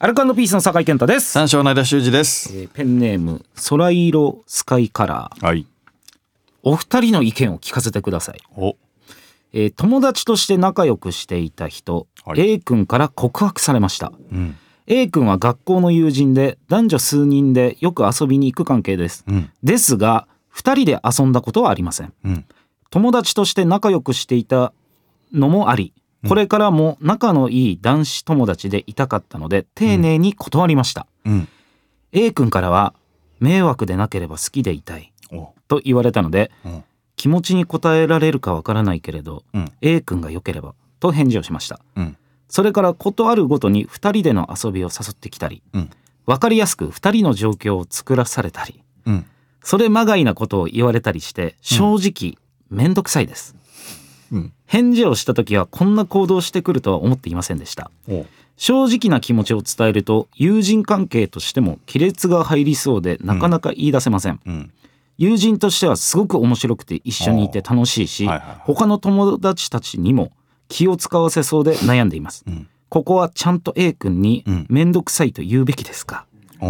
アルコ&ピースの酒井健太です。 三照の間修二です。 ペンネーム空色スカイカラー。 はい。 お二人の意見を聞かせてください。友達として仲良くしていた人、 はい、 A 君から告白されました、 うん、 A 君は学校の友人で男女数人でよく遊びに行く関係です、ですが二人で遊んだことはありません、友達として仲良くしていたのもあり、これからも仲のいい男子友達でいたかったので丁寧に断りました、A 君からは迷惑でなければ好きでいたいと言われたので、気持ちに応えられるかわからないけれど、A 君が良ければと返事をしました、それからことあるごとに2人での遊びを誘ってきたり、分かりやすく2人の状況を作らされたり、それまがいなことを言われたりして正直めんどくさいです、返事をした時はこんな行動してくるとは思っていませんでした。正直な気持ちを伝えると友人関係としても亀裂が入りそうでなかなか言い出せません、友人としてはすごく面白くて一緒にいて楽しいし、他の友達たちにも気を使わせそうで悩んでいます、ここはちゃんと A 君にめんどくさいと言うべきですか、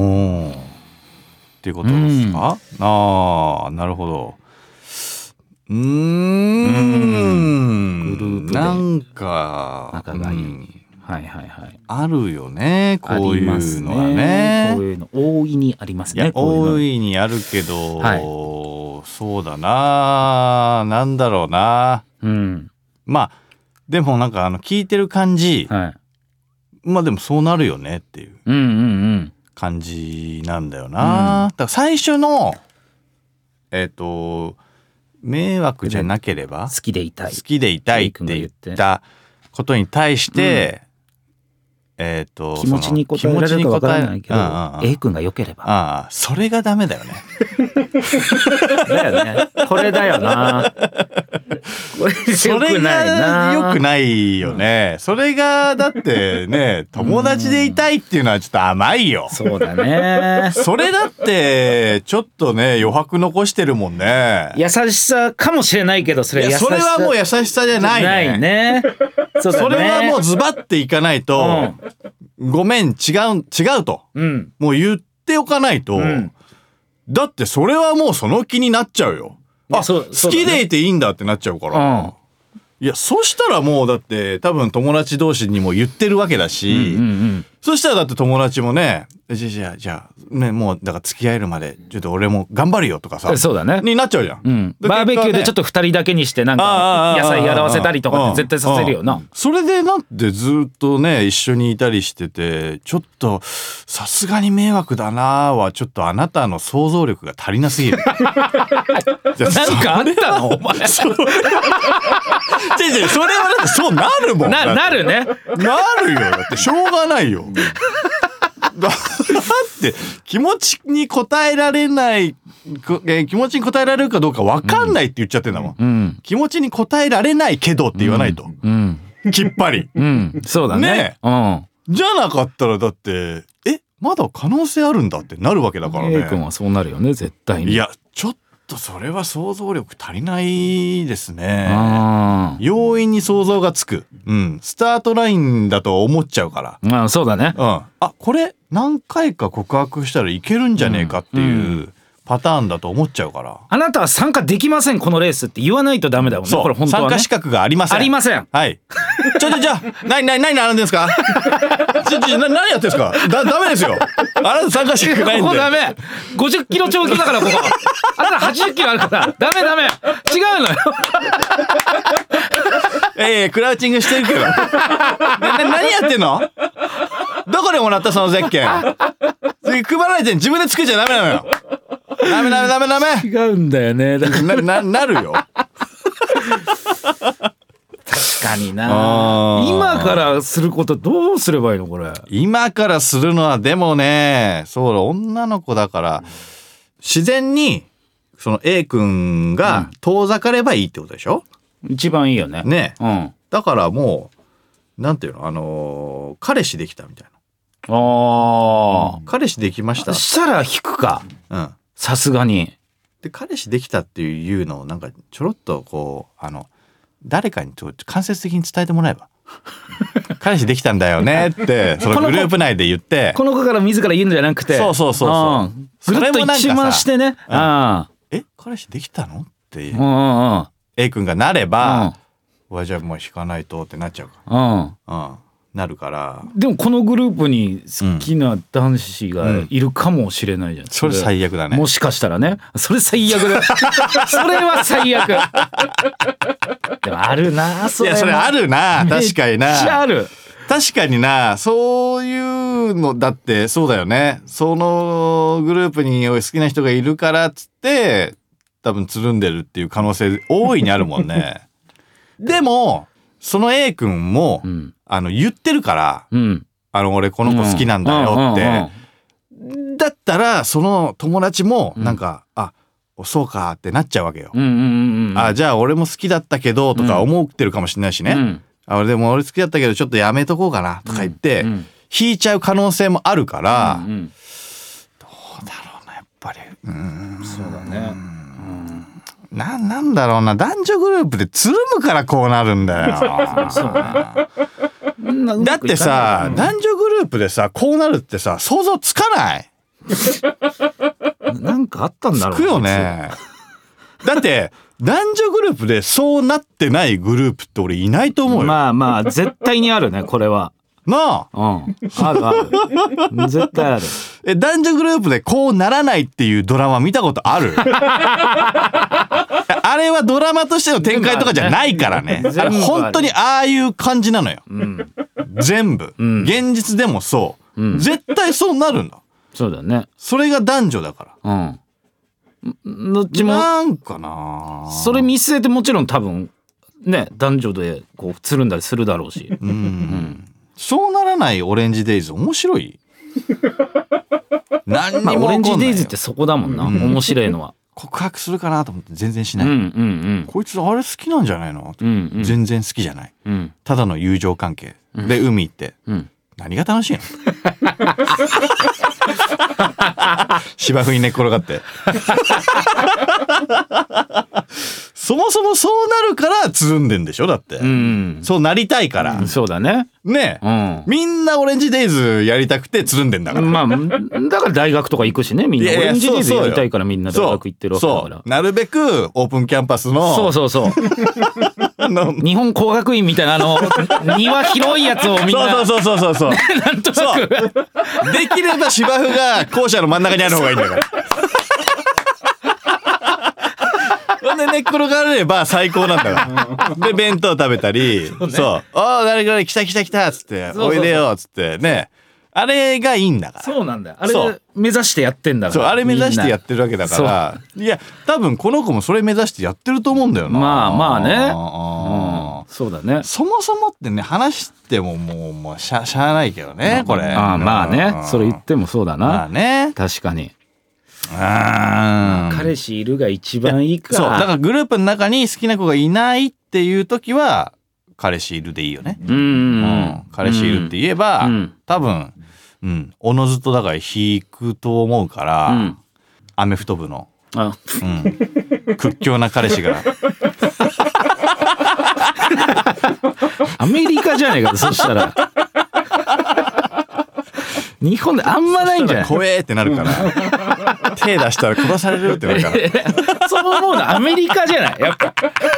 っていうことですか、なるほど。グループでなんか仲がいい、 あるよね、こういうのはね。 こういうの大いにありますね。 いや大いにあるけど、そうだな、なんだろうな、まあでもなんか聞いてる感じ、まあでもそうなるよねっていう感じなんだよな、だから最初の迷惑じゃなければ好きでいたいって言ったことに対して、 気持ちに応えられるかわからないけど、A 君が良ければ、 それがダメだよねだよね、これだよなそれが良くないよね、それがだってね、友達でいたいっていうのはちょっと甘いよ。 そうだねそれだってちょっとね余白残してるもんね。 優しさかもしれないけど、それはもう優しさじゃないね。それはもうズバッていかないと、ごめん違うと、もう言っておかないと、だってそれはもうその気になっちゃうよ。好きでいていいんだってなっちゃうから、いやそしたらもうだって多分友達同士にも言ってるわけだし、そしたらだって友達もね、じゃあね、もうだから付き合えるまでちょっと俺も頑張るよとかさ、 そうだねになっちゃうじゃん、 バーベキューでちょっと2人だけにしてなんか野菜洗わせたりとかって絶対させるよな。 それでなんてずっとね一緒にいたりしてて、ちょっとさすがに迷惑だなはちょっとあなたの想像力が足りなすぎるなんかあったのお前それはだってそうなるもん。 なるね。 なるよ。だってしょうがないよ。だって気持ちに応えられない気持ちに応えられるかどうか分かんないって言っちゃってんだもん、気持ちに応えられないけどって言わないと、きっぱり、 そうだね。 じゃなかったらだってまだ可能性あるんだってなるわけだからね。 A 君はそうなるよね絶対に。 いやちょっとそれは想像力足りないですね。容易に想像がつく、スタートラインだと思っちゃうから、 そうだね、 これ何回か告白したらいけるんじゃねえかっていうパターンだと思っちゃうから、 あなたは参加できませんこのレースって言わないとダメだもんね。これ本当はね、 参加資格がありません。 ありません。 はい。じゃあ何並んでんですか何やってんですか。ダメですよ。あなた参加資格ないんで。 ここダメ。50キロ超級だからここ。あなた80キロあるからダメ。違うのよ。 クラウチングしてるけど。何やってんの？どこでもらったそのゼッケン。配られて自分で作っちゃダメなのよ。ダメ。 違うんだよね。 なるよ。 確かにな。今からすることどうすればいいのこれ。 今からするのはでもね、そうだ、女の子だから自然にその A 君が遠ざかればいいってことでしょ。 一番いいよね。 ね、だからもうなんていうの、彼氏できたみたいな。彼氏できました。 したら引くか。さすがに。 で彼氏できたっていうのをなんかちょろっとこう誰かに間接的に伝えてもらえば彼氏できたんだよねってそのグループ内で言ってこの子から自ら言うんじゃなくて、 そうそうそうそう、 ぐるっと一回してね、 彼氏できたのってA 君がなれば、じゃあもう引かないとってなっちゃうから、なるから。でもこのグループに好きな男子がいるかもしれないじゃん、 それ最悪だね。 もしかしたらね、それ最悪だそれは最悪でもあるな、それ。 いやそれあるな、確かにな。 めっちゃある。 確かにな、そういうのだってそうだよね。そのグループに好きな人がいるからっつって多分つるんでるっていう可能性大いにあるもんねでもその A 君も、言ってるから、俺この子好きなんだよって、だったらその友達もなんか、そうかってなっちゃうわけよ。じゃあ俺も好きだったけどとか思ってるかもしれないしね、でも俺好きだったけどちょっとやめとこうかなとか言って、引いちゃう可能性もあるから、どうだろうな、やっぱり。 そうだね。 なんだろうな、男女グループでつるむからこうなるんだよだってさ、男女グループでさこうなるってさ想像つかないなんかあったんだろう。 つくよねだって男女グループでそうなってないグループって俺いないと思うよ。 まあ絶対にあるね、これは。 なあ、あるある絶対ある。 男女グループでこうならないっていうドラマ見たことあるあれはドラマとしての展開とかじゃないからね。本当にああいう感じなのよ、全部、現実でもそう、絶対そうなるんだ。 そうだね。 それが男女だから。 どっちもなんかな、 それ見据えてもちろん多分ね、男女でこうつるんだりするだろうし、 そうならないオレンジデイズ面白い何にも起こんないよ。 オレンジデイズってそこだもんな、面白いのは。 告白するかなと思って全然しない、こいつあれ好きなんじゃないの、全然好きじゃない、ただの友情関係で海行って、何が楽しいの芝生に寝っ転がってそもそもそうなるからつるんでんでしょ、だって、そうなりたいから、 そうだね。 ね、みんなオレンジデイズやりたくてつるんでんだから。 だから大学とか行くしね、みんなオレンジデイズやりたいからみんな大学行ってるわけだから。 なるべくオープンキャンパスのそう日本工学院みたいな庭広いやつをみんななんとなくできれば芝生が校舎の真ん中にある方がいいんだからほんで寝っ転がれば最高なんだからで弁当食べたり、誰々来たっつっておいでよっつってね、あれがいいんだから。 そうなんだよ、あれ目指してやってんだから。 そう、あれ目指してやってるわけだから、いや多分この子もそれ目指してやってると思うんだよな。 まあね、そうだね。 そもそもってね、話してももうしゃあないけどね、これ。 まあね、それ言ってもそうだな。まあね、確かに。彼氏いるが一番いいか。 そうだからグループの中に好きな子がいないっていう時は彼氏いるでいいよね。彼氏いるって言えば、多分おのずとだから引くと思うから、アメフト部の屈強な彼氏がアメリカじゃねえか、そしたら日本であんまないんじゃない。 怖えってなるから手出したら殺されるってなるからそう思うのアメリカじゃない、やっぱ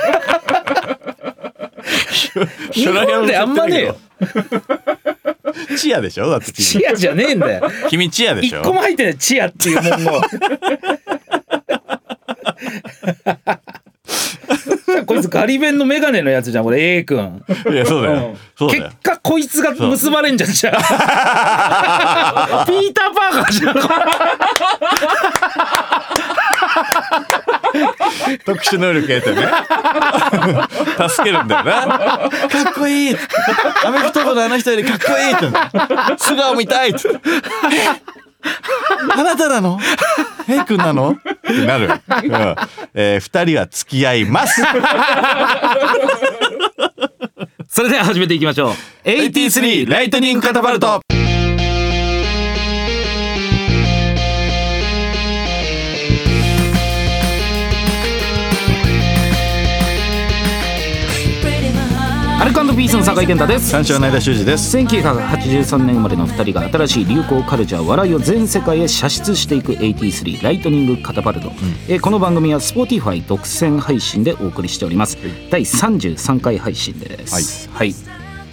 日本であんまねえよチアでしょ、だってチアじゃねえんだよ君。チアでしょ。 一個も入ってないチアっていう文言こいつガリ弁のメガネのやつじゃん、これ A 君。 いや、そうだよ。 結果こいつが結ばれんじゃん、じゃあピーター・パーカーじゃん特殊能力得てね助けるんだよな。かっこいい、アメフト部のあの人よりかっこいいって素顔見たいってあなたなのA 君なのってなる、2人は付き合いますそれでは始めていきましょう。 83ライトニングカタパルト。 アルコ&ピーススの酒井健太です。 三四郎の間修二です。 1983年生まれの2人が新しい流行カルチャー笑いを全世界へ射出していく83ライトニングカタパルト、この番組は Spotify 独占配信でお送りしております。第33回配信です。はい、好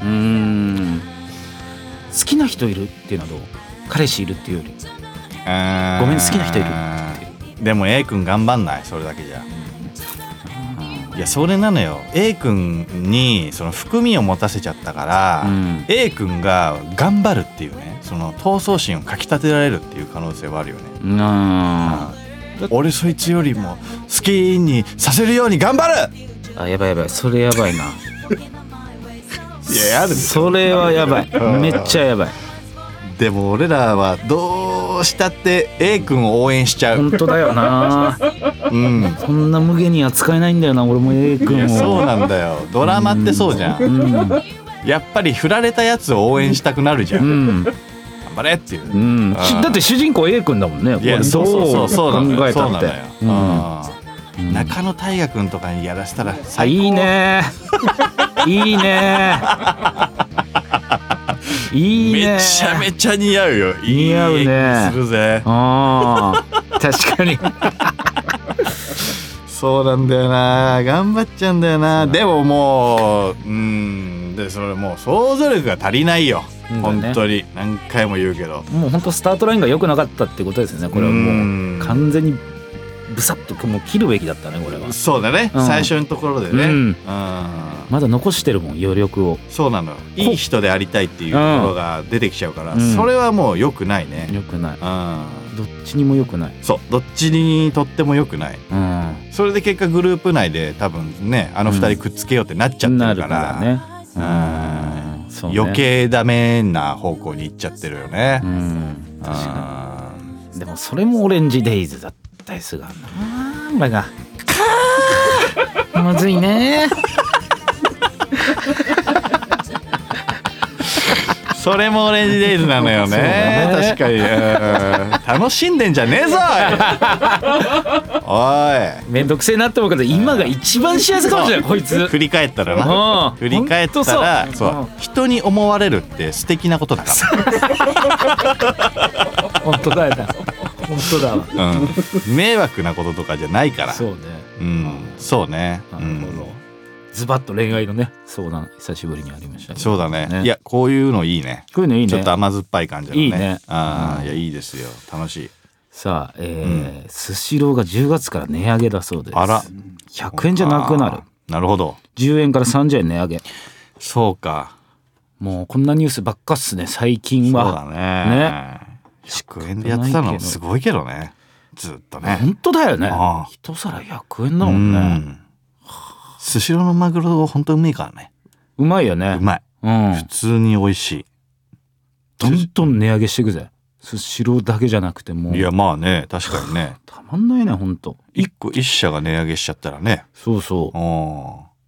きな人いるっていうのはどう？彼氏いるっていうよりごめん好きな人いるってでも A 君頑張んない？それだけじゃ。いやそれなのよ。 A 君にその含みを持たせちゃったから、A 君が頑張るっていうね、その闘争心をかきたてられるっていう可能性はあるよね。俺そいつよりも好きにさせるように頑張る。 あ、やばいやばい、それやばいな。いや、あるそれはやばい、めっちゃやばい。 でも俺らはどうしたって A 君を応援しちゃう。 本当だよな。そんな無限には使えないんだよな、俺も A 君を。 そうなんだよ、ドラマってそうじゃん、やっぱり振られたやつを応援したくなるじゃん、頑張れっていう、 だって主人公 A 君だもんね。 いやそう考えたって、 中野大河君とかにやらせたら最高。いいねいいねいいね。 めちゃめちゃ似合うよ。 似合うね。 するぜ。 確かにそうなんだよな、頑張っちゃうんだよな。でももうでそれもう想像力が足りないよ、本当に何回も言うけど、 もう本当スタートラインが良くなかったってことですよね。これはもう完全にブサッともう切るべきだったね、これは。 そうだね、最初のところでね、 まだ残してるもん、余力を。 そうなのよ、いい人でありたいっていうところが出てきちゃうから、それはもう良くないね。 良くない、どっちにも良くない。 そう、どっちにとっても良くない、それで結果グループ内で多分ね、あの二人くっつけようってなっちゃってるから、なるからね、そうね、余計ダメな方向に行っちゃってるよね。 確かに。でもそれもオレンジデイズだったりするからな、これがむずいねそれもオレンジデイズなのよ ね。確かに、楽しんでんじゃねえぞおい。 めんどくせえなって思うけど、今が一番幸せかもしれない、こいつ。 振り返ったらな、振り返ったらそう人に思われるって素敵なことだから本当だよな、本当だわ、 迷惑なこととかじゃないから。 そうね、 そうね。 なるほど。ズバッと恋愛のね相談久しぶりにありましたね。 そうだね。いやこういうのいいね。 こういうのいいね。 ちょっと甘酸っぱい感じのね。 いいね。 いやいいですよ、楽しい。 さあ、スシローが10月から値上げだそうです。あら、100円じゃなくなる。 なるほど。 10円から30円値上げ。 そうか。 もうこんなニュースばっかっすね最近は。 そうだね。100円でやってたのすごいけどね、ずっとね。 本当だよね。一皿100円だもんね。 スシローのマグロ本当うめえからね。 うまいよね。 うまい、普通に美味しい。 どんどん値上げしていくぜ、スシローだけじゃなくても。 いやまあね、確かにねたまんないね、ほんと。 一社が値上げしちゃったらね。 そうそう。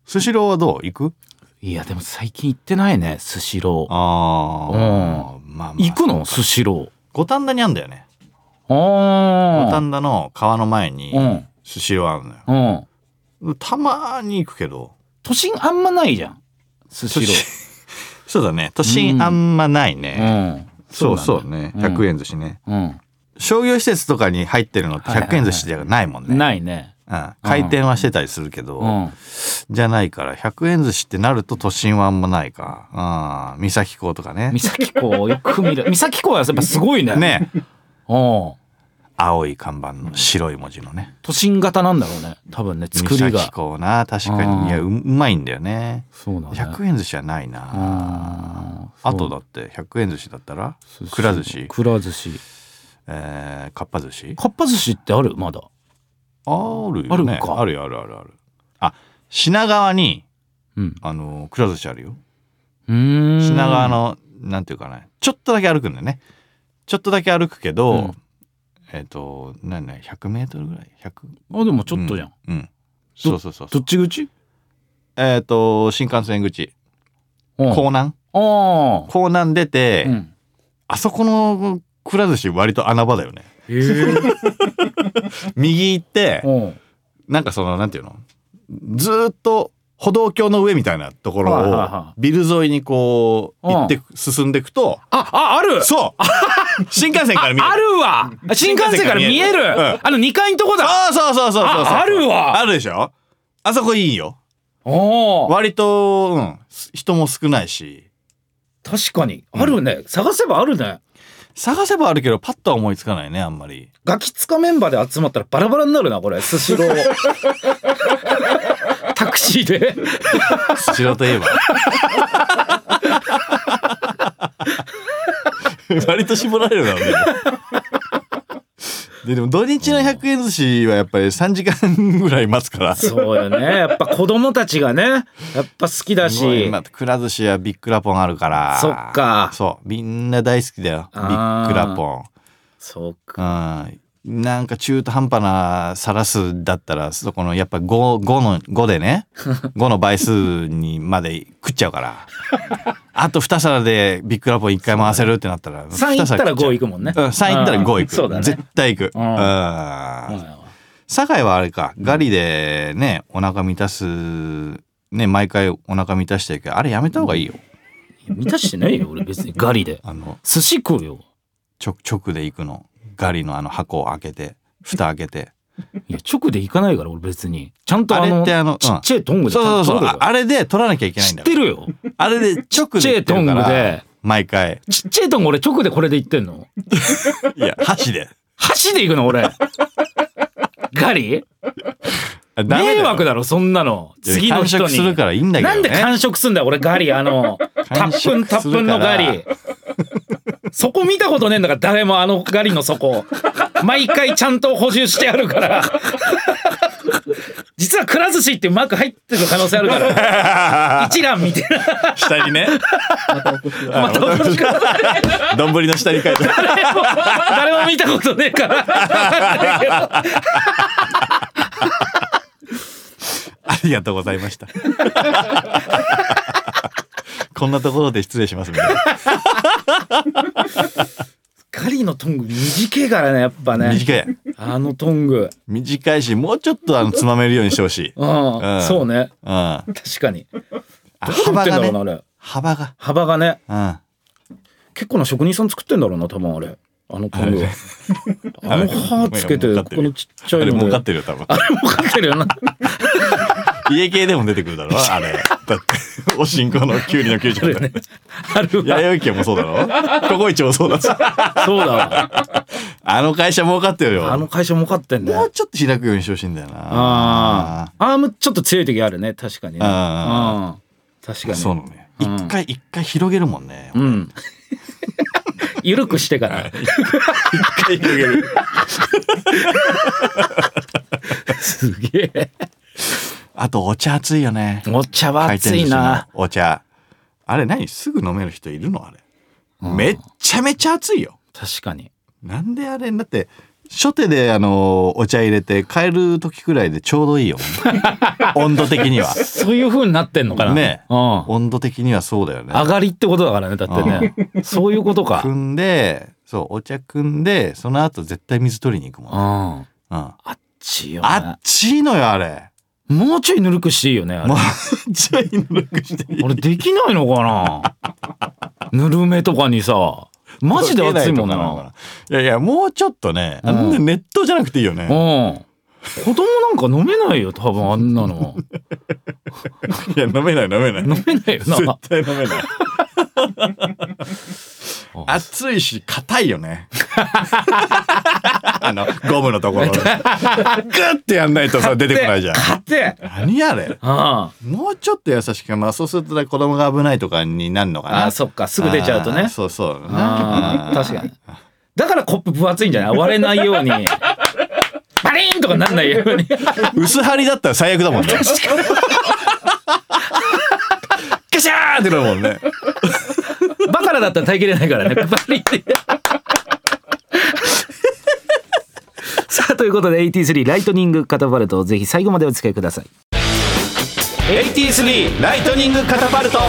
スシローはどう？行く？ いやでも最近行ってないね、スシロー。 まあ行くの？スシロー五反田にあんだよね。五反田の川の前にスシローあるのよ。たまに行くけど、 都心あんまないじゃん、スシロー。 そうだね、都心あんまないね。そうそうね、100円寿司ね。商業施設とかに入ってるのって100円寿司じゃないもんね。 ないね。 回転はしてたりするけど、じゃないから100円寿司ってなると都心はあんまないか。三崎港とかね。 三崎港よく見る。三崎港はやっぱすごいね。 ね。青い看板の白い文字のね。 都心型なんだろうね、多分ね、作りが。 三崎港な、確かに。いや、うまいんだよね。 そうなんだ。 100円寿司はないな。あとだって100円寿司だったらくら寿司、 くら寿司、 かっぱ寿司。 かっぱ寿司ってある？まだあるよね。あるよ、あるあるある。あ、品川にくら寿司あるよ。品川のなんていうかね、ちょっとだけ歩くんだよね。ちょっとだけ歩くけど、100メートルぐらい。 あ、でもちょっとじゃん。 そうそうそう。 どっち口？ 新幹線口。港南。港南出て、あそこのくら寿司割と穴場だよね。右行って、なんかそのなんていうの、ずっと歩道橋の上みたいなところをビル沿いにこう行って進んでいくと、 あるそう新幹線から見える。 あるわ、新幹線から見える、2階のとこだ。 そうあるわ、 あるでしょ。あそこいいよ。 割割と、人も少ないし。 確かにあるね、探せばあるね。 探せばあるけどパッとは思いつかないね、あんまり。 ガキツカメンバーで集まったらバラバラになるなこれ。スシロータクシーでスシローといえば割と絞られるだろうね。でも土日の100円寿司はやっぱり3時間ぐらい待つから。 そうよね、やっぱ子供たちがねやっぱ好きだし、 くら寿司やビッくらポンあるから。 そっか、 そうみんな大好きだよビッくらポン。 そうか、 なんか中途半端なサラスだったらそこのやっぱ 5でね5の倍数にまで食っちゃうからあと2皿でビッグラポン1回回せるってなったら 3いったら5いくもんね。 3いったら5いく、 そうだね、 絶対いく。堺はあれか、ガリでねお腹満たすね、毎回お腹満たしてるけどあれやめた方がいいよ。 満たしてないよ俺別にガリで寿司食うよ。 直で行くの、ガリの箱を開けて蓋開けて。 いや直で行かないから俺別にちゃんとあれってちっちゃいトングで、 そうあれで取らなきゃいけないんだよ。 知ってるよあれで直で行ってるから毎回。 ちっちゃいトング俺直でこれで行ってんの。 いや箸で行くの俺ガリ迷惑だろそんなの。次の人に完食するからいいんだけどね。 なんで完食すんだよ俺ガリ、タップンのガリそこ見たことねえんだから誰もガリの底毎回ちゃんと補充してあるから実はくら寿司ってマーク入ってる可能性あるから一覧みたいな下にねまたお越しください丼の下に書いて誰も見たことねえからありがとうございましたこんなところで失礼しますみたいな。 ガリのトング短いからねやっぱね。 短い。 トング短いしもうちょっとつまめるようにしてほしい。 そうね。確かに。 幅がね。幅がね。結構な職人さん作ってんだろうな多分あれ。トング歯つけてこのちっちゃいので。 あれ儲かってるよ多分。 あれ儲かってるよな。 家系でも出てくるだろあれ。だっておしんこのキュウリのキュウリじゃない。弥生家もそうだろ。ココイチもそうだし。そうだわ。 あの会社儲かってるよ。 会社儲かってんね。 もうちょっと開くようにしてほしいんだよな。 アームちょっと強い時あるね確かにね。確かに。 そうね。一回広げるもんね。 緩くしてから一回広げる。 すげえ。 あとお茶熱いよね。 お茶は熱いな。 お茶あれ何すぐ飲める人いるのあれ。めっちゃめちゃ熱いよ。 確かに。 なんであれだって初手でお茶入れて帰る時くらいでちょうどいいよ温度的には。 そういう風になってんのかなね。温度的にはそうだよね。 上がりってことだからねだってね。そういうことか。 汲んでそうお茶汲んでその後絶対水取りに行くもん。 あっちいよね。 あっちいのよあれ。 もうちょいぬるくしていいよねあれ。 もうちょいぬるくしていい。 俺できないのかなぬるめとかにさマジで熱いもんな。 いやもうちょっとね熱湯じゃなくていいよね。 子供なんか飲めないよ多分あんなの。 いや飲めない飲めないよな。 絶対飲めない。熱いし硬いよね。ゴムのところでグッてやんないとさ出てこないじゃん。何あれ。もうちょっと優しくそうすると子供が危ないとかになるのかな。 そっかすぐ出ちゃうとね。 そう確かに。だからコップ分厚いんじゃない割れないようにバリーンとかなんないように。 薄張りだったら最悪だもんね。ガシャーってなるもんね。 バカラだったら耐えきれないからね。バリってさあということで83ライトニングカタパルトをぜひ最後までお付き合いください。 83ライトニングカタパルト。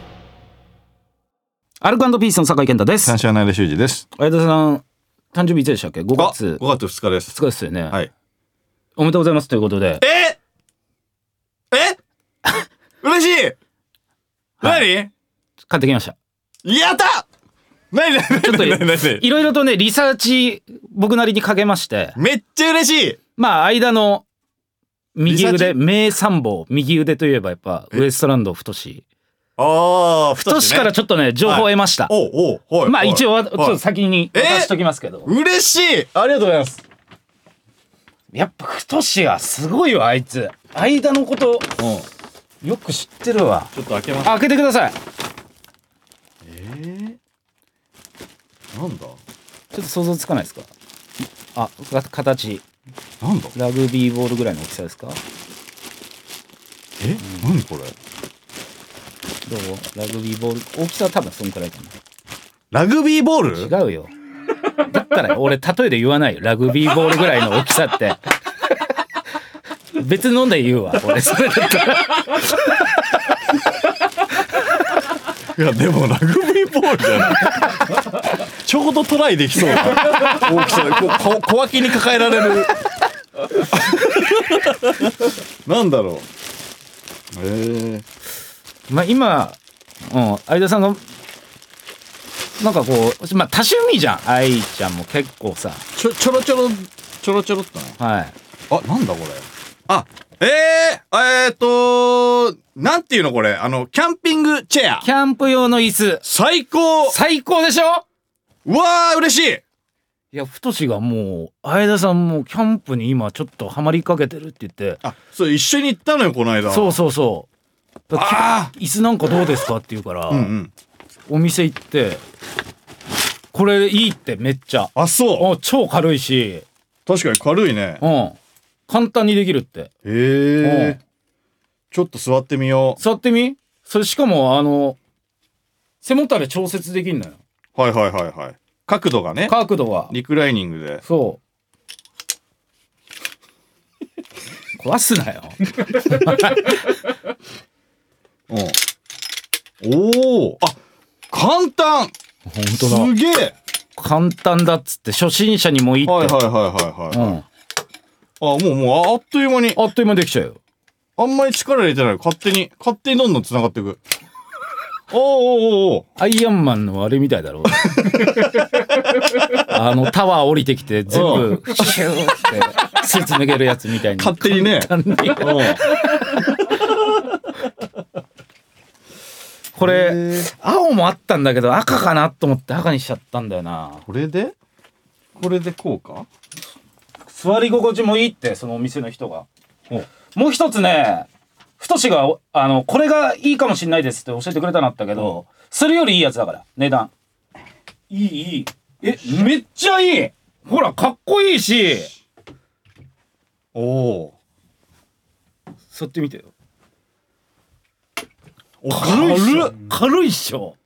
アルコ&ピースの酒井健太です。 三四郎の修二です。 相田さん誕生日いつでしたっけ。5月 2日です。 2日ですよね。 はい。 おめでとうございますということで。 嬉しい。何？ 買ってきました。 やった。何ちょっといろいろとねリサーチ僕なりにかけまして、 めっちゃ嬉しい。 まあ間の右腕名参謀、右腕といえばやっぱウエストランド太し。太しからちょっとね情報を得ました。まあ一応ちょっと先に渡しときますけど。 嬉しい。ありがとうございます。 やっぱ太しはすごいわ。あいつ間のことよく知ってるわ。 ちょっと開けます。 開けてください。 なんだ。ちょっと想像つかないですか。あ、形なんだ。 ラグビーボールぐらいの大きさですか。 何これ。 どう？ラグビーボール大きさは多分そんくらいかな。 ラグビーボール？ 違うよ。だったら俺例えで言わないよ。ラグビーボールぐらいの大きさって別のんで言うわ俺。それだったらいやでもラグビーボールじゃないちょうどトライできそうな大きさで小脇に抱えられるなんだろう。 まあ今、相田さんがなんかこう、まあ多趣味じゃん。愛ちゃんも結構さちょろちょろっとね。 はい。 あ、なんだこれ。あ、なんていうのこれ。キャンピングチェア。 キャンプ用の椅子。 最高でしょ。 うわー嬉しい。 いや、太しがもう相田さんもキャンプに今ちょっとハマりかけてるって言って。 あ、そう一緒に行ったのよこの間。 そう椅子なんかどうですかって言うから、お店行ってこれいいってめっちゃ。 あ、そう。 超軽いし。 確かに軽いね。 簡単にできるって。 ちょっと座ってみよう。 座ってみ。それしかも背もたれ調節できんのよ。 はい。角度がリクライニングで。 そう壊すなよ。 あ、簡単。 本当だ。 すげえ簡単だっつって初心者にもいいって。 もうあっという間にできちゃうよ。 あんまり力入れてない。勝手にどんどん繋がっていく。 アイアンマンのあれみたいだろ。タワー降りてきて全部シューってスーツ脱げるやつみたいに勝手にね。 これ青もあったんだけど赤かなと思って赤にしちゃったんだよな。 これでこうか。 座り心地もいいってそのお店の人が。もう一つね、太しがこれがいいかもしんないですって教えてくれたのあったけど、それよりいいやつだから値段。いい。めっちゃいい。ほらかっこいいし。座ってみてよ。軽いっしょ。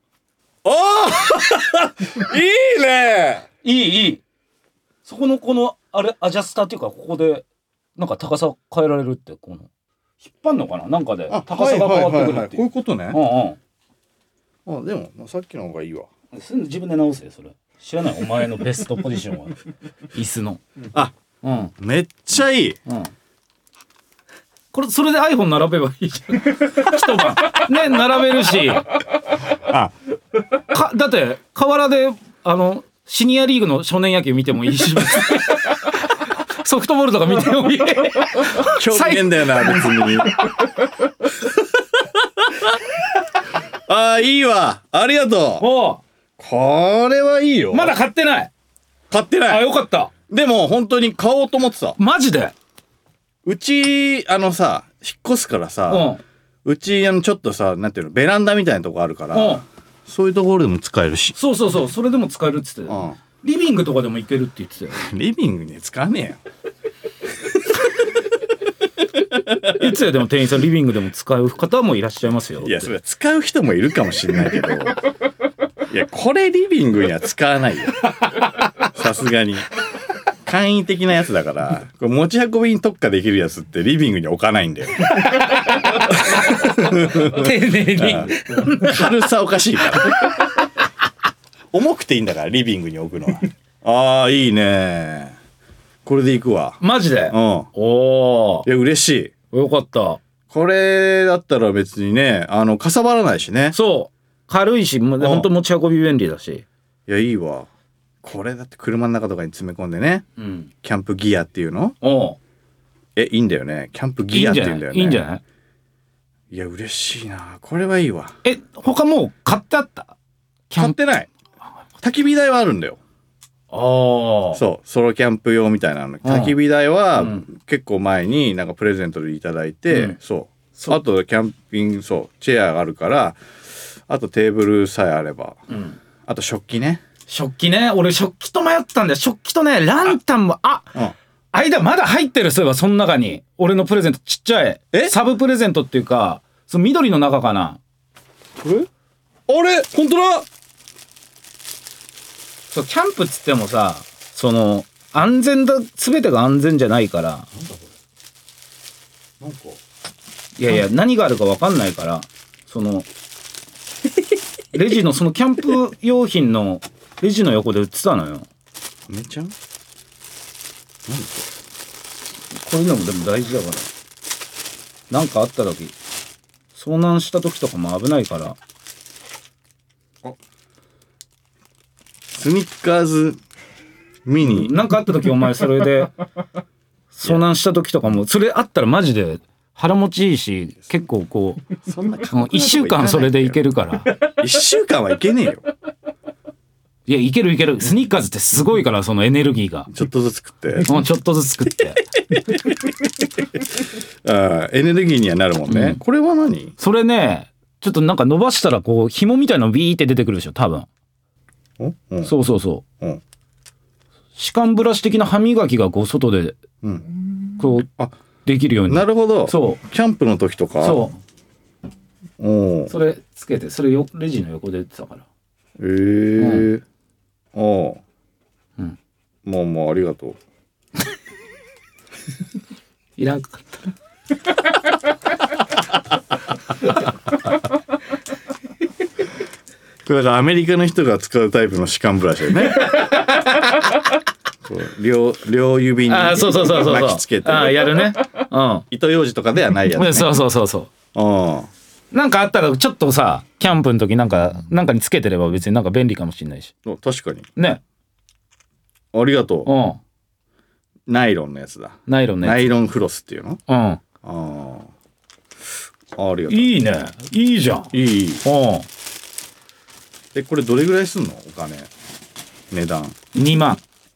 いいね。 いい。そこのこのあれアジャスターっていうかここでなんか高さ変えられるって、この引っ張んのかななんかで高さが変わってくるっていう。 こういうことね。でもさっきの方がいいわ。 自分で直せよそれ。知らないお前のベストポジションは椅子の。 めっちゃいい。 これそれで iPhone 並べばいいじゃん。一晩ね並べるし。だって河原でシニアリーグの少年野球見てもいいし。ソフトボールとか見てもいい。 興味ねえんだよな別に。いいわ。ありがとう。これはいいよ。 まだ買ってない。よかった。 でも本当に買おうと思ってた。 マジで。 うち引っ越すからさ、うちちょっとさなんていうのベランダみたいなとこあるから、そういうところでも使えるし。 そうそれでも使えるっつって。リビングとかでもいけるって言ってたよ。 リビングには使わねえよ。いつやでも店員さんリビングでも使う方もいらっしゃいますよ。 いやそれは使う人もいるかもしれないけど、いやこれリビングには使わないよ。さすがに簡易的なやつだから、これ持ち運びに特化できるやつってリビングに置かないんだよ。 丁寧に。 軽さおかしいから。重くていいんだからリビングに置くのは。いいね。これでいくわ。 マジで。 いや嬉しい。 よかった。 これだったら別にねかさばらないしね。 そう軽いしほんと持ち運び便利だし。 いやいいわ。これだって車の中とかに詰め込んでね、キャンプギアっていうのいいんだよね。キャンプギアって言うんだよね。 いいんじゃない？ いや嬉しいな。これはいいわ。 他もう買ってあった？ 買ってない。焚き火台はあるんだよ。そうソロキャンプ用みたいなの。焚き火台は結構前になんかプレゼントでいただいて、そうあとキャンピングチェアがあるから、あとテーブルさえあれば、あと食器ね。 俺食器と迷ったんだよ。食器とねランタンも間まだ入ってる。そういえばその中に俺のプレゼントちっちゃいサブプレゼントっていうか、その緑の中かな。 これあれ本当だ。 そうキャンプっつってもさその安全だ全てが安全じゃないから。なんだこれなんかいや何があるか分かんないからそのレジのそのキャンプ用品のレジの横で売ってたのよ。 めちゃん何こういうのもでも大事だから、なんかあった時遭難した時とかも危ないから。 スニッカーズミニ、 なんかあった時お前それで遭難した時とかもそれあったらマジで腹持ちいいし、結構こうそんな1週間それでいけるから。 1週間はいけねえよ。 いやいけるスニッカーズってすごいから、そのエネルギーがちょっとずつ食ってちょっとずつ食ってエネルギーにはなるもんね、これは何？ それねちょっとなんか伸ばしたらこう紐みたいなのビーって出てくるでしょ多分。そう、歯間ブラシ的な歯磨きがこう外でこうできるように。 なるほど。 そうキャンプの時とか。 それつけてそれレジの横で売ってたから。 まあありがとう。 いらんかったこれだからアメリカの人が使うタイプの歯間ブラシだよね。両指に巻きつけてやるね。 糸ようじとかではないやつね。 そうなんかあったらちょっとさキャンプの時なんかにつけてれば別になんか便利かもしれないし。 確かにね。 ありがとう。ナイロンのやつだ。ナイロンフロスっていうの？ありがとう。 いいね。いいじゃん。 いい。これどれぐらいすんの？お金値段 2万。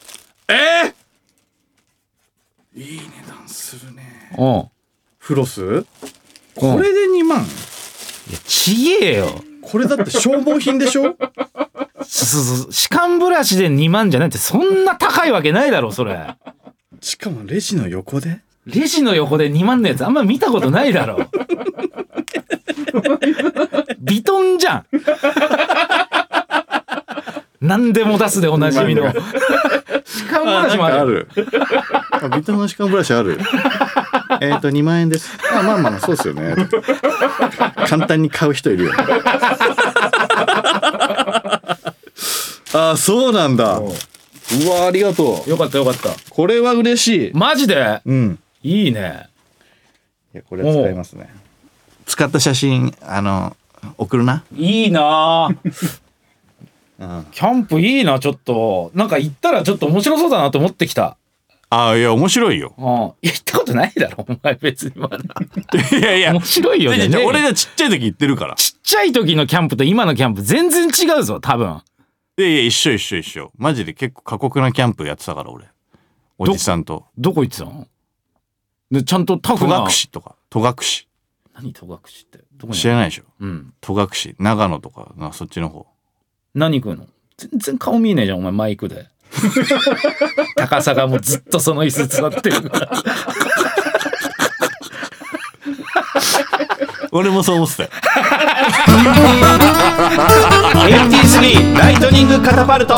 いい値段するね。フロスこれで2万？いやちげえよ。 これだって消耗品でしょ？ そう歯間ブラシで2万じゃないってそんな高いわけないだろそれ。 しかもレジの横で 2万のやつあんま見たことないだろ。ビトンじゃん。何でも出すでおなじみの歯間ブラシもある。 ビトンの歯間ブラシある。2万円です。まあそうですよね。簡単に買う人いるよね。そうなんだ。うわありがとう。 よかったこれは嬉しい。 マジで。いいね。 いやこれは使いますね。使った写真送るな。 いいな。キャンプいいな。ちょっとなんか行ったらちょっと面白そうだなと思ってきた。 いや面白いよ。 行ったことないだろお前別にまだ。 いや面白いよね。 俺がちっちゃい時行ってるから。 ちっちゃい時のキャンプと今のキャンプ全然違うぞ多分。 いや一緒。マジで結構過酷なキャンプやってたから俺。おじさんと。 どこ行ってたの？でちゃんとタフな。 戸隠。 何戸隠ってどこに？知らないでしょ。戸隠長野とかそっちの方。 何食うの？全然顔見えねえじゃんお前マイクで。高さがもうずっとその椅子座ってるから。 俺もそう思ってたよ。 83ライトニングカタパルト。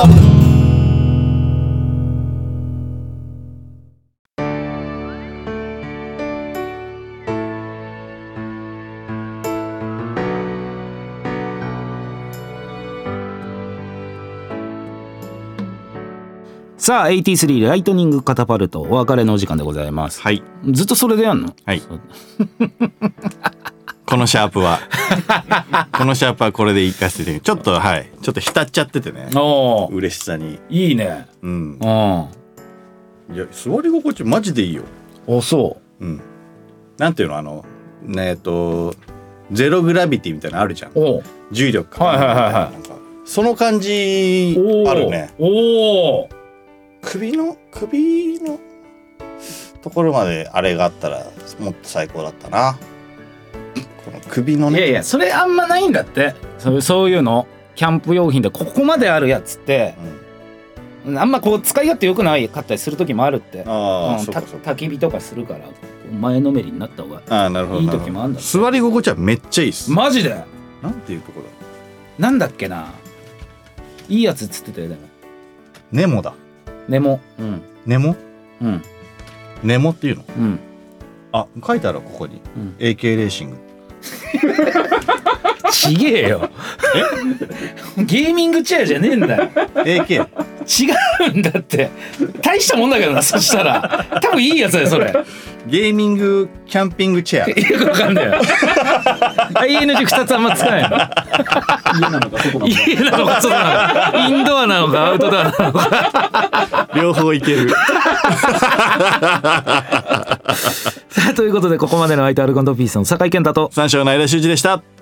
さあ83ライトニングカタパルト、お別れのお時間でございます。 はい。 ずっとそれでやんの？ はい。このシャープはこれでいかせてちょっとはいちょっと浸っちゃっててね。嬉しさに。いいね。 うん。いや座り心地マジでいいよ。 そう。 うん。なんていうのゼログラビティみたいなのあるじゃん。重力か。なんかその感じあるね。首のところまであれがあったらもっと最高だったな。この首のね。 いやそれあんまないんだって。そういうのキャンプ用品でここまであるやつって、あんまこう使い勝手良くないかったりする時もあるって。焚き火とかするから前のめりになった方がいい時もあるんだって。 座り心地はめっちゃいいっす。 マジで？ なんていうとこだ。 なんだっけな。いいやつっつってたよ。でもネモだ。 ネモ。 ネモ？ネモっていうの？あ、書いてあるここに。AK レーシング。 ちげえよ。ゲーミングチェアじゃねえんだよ。 AK。 違うんだって。大したもんだけどな。そしたら多分いいやつだよそれ。 ゲーミングキャンピングチェア。 よくわかんないよ。ING2 つあんま使わないの。家なのか外なのか。家なのか外なのか。インドアなのかアウトドアなのか。 両方いける。 さあということでここまでの相手アルコ&ピースの酒井健太と三章の間修二でした。